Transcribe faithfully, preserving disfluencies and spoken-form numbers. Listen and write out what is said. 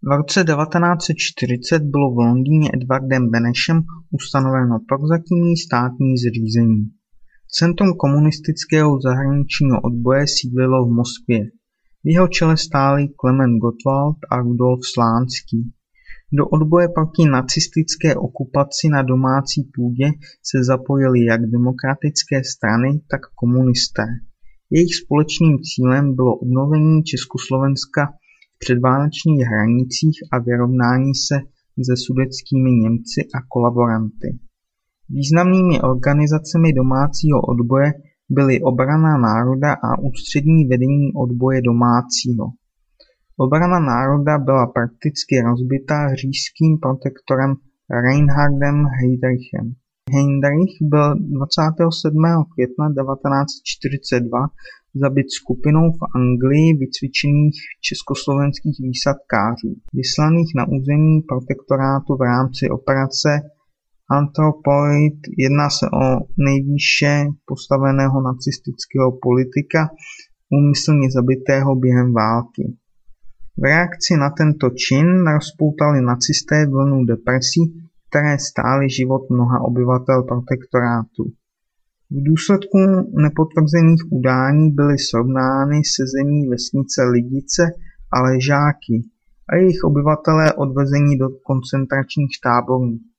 V roce devatenáct set čtyřicet bylo v Londýně Edwardem Benešem ustanoveno prozatímní státní zřízení. Centrum komunistického zahraničního odboje sídlilo v Moskvě. V jeho čele stáli Klement Gottwald a Rudolf Slánský. Do odboje proti nacistické okupaci na domácí půdě se zapojily jak demokratické strany, tak komunisté. Jejich společným cílem bylo obnovení Československa v předválečných hranicích a vyrovnání se se sudetskými Němci a kolaboranty. Významnými organizacemi domácího odboje byly Obrana národa a Ústřední vedení odboje domácího. Obrana národa byla prakticky rozbitá říšským protektorem Reinhardem Heydrichem. Heydrich byl dvacátého sedmého května devatenáct set čtyřicet dva zabit skupinou v Anglii vycvičených československých výsadkářů, vyslaných na území protektorátu v rámci operace Anthropoid. Jedná se o nejvýše postaveného nacistického politika, úmyslně zabitého během války. V reakci na tento čin rozpoutali nacisté vlnu depresí, které stály život mnoha obyvatel protektorátu. V důsledku nepotvrzených udání byly srovnány se zemí vesnice Lidice a Ležáky a jejich obyvatelé odvezeni do koncentračních táborů.